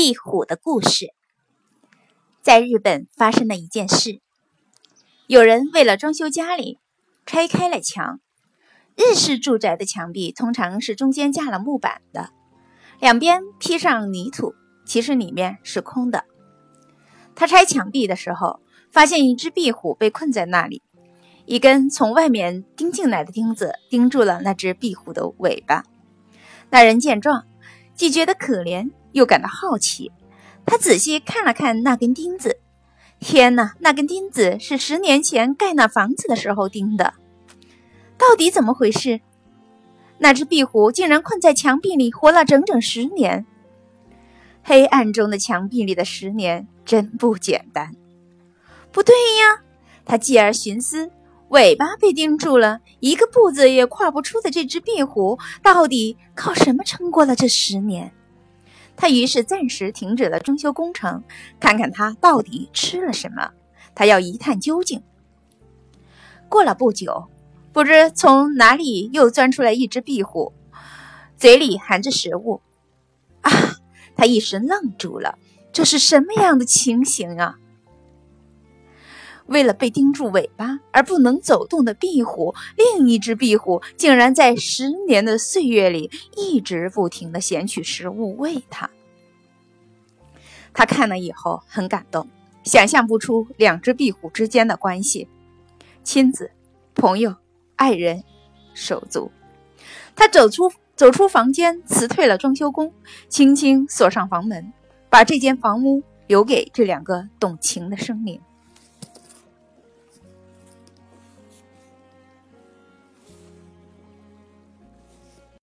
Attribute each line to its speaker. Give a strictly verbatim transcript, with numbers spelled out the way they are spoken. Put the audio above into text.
Speaker 1: 壁虎的故事。在日本发生了一件事，有人为了装修家里，拆开了墙。日式住宅的墙壁通常是中间架了木板的，两边披上泥土，其实里面是空的。他拆墙壁的时候，发现一只壁虎被困在那里，一根从外面钉进来的钉子钉住了那只壁虎的尾巴。那人见状，既觉得可怜，又感到好奇。他仔细看了看那根钉子，天哪，那根钉子是十年前盖那房子的时候钉的。到底怎么回事？那只壁虎竟然困在墙壁里活了整整十年。黑暗中的墙壁里的十年真不简单。不对呀，他继而寻思，尾巴被钉住了，一个步子也跨不出的这只壁虎，到底靠什么撑过了这十年？他于是暂时停止了装修工程，看看他到底吃了什么，他要一探究竟。过了不久，不知从哪里又钻出来一只壁虎，嘴里含着食物。啊，他一时愣住了，这是什么样的情形啊？为了被钉住尾巴而不能走动的壁虎，另一只壁虎竟然在十年的岁月里一直不停地捡取食物喂它。他看了以后很感动，想象不出两只壁虎之间的关系，亲子、朋友、爱人、手足。他走出走出房间，辞退了装修工，轻轻锁上房门，把这间房屋留给这两个懂情的生灵。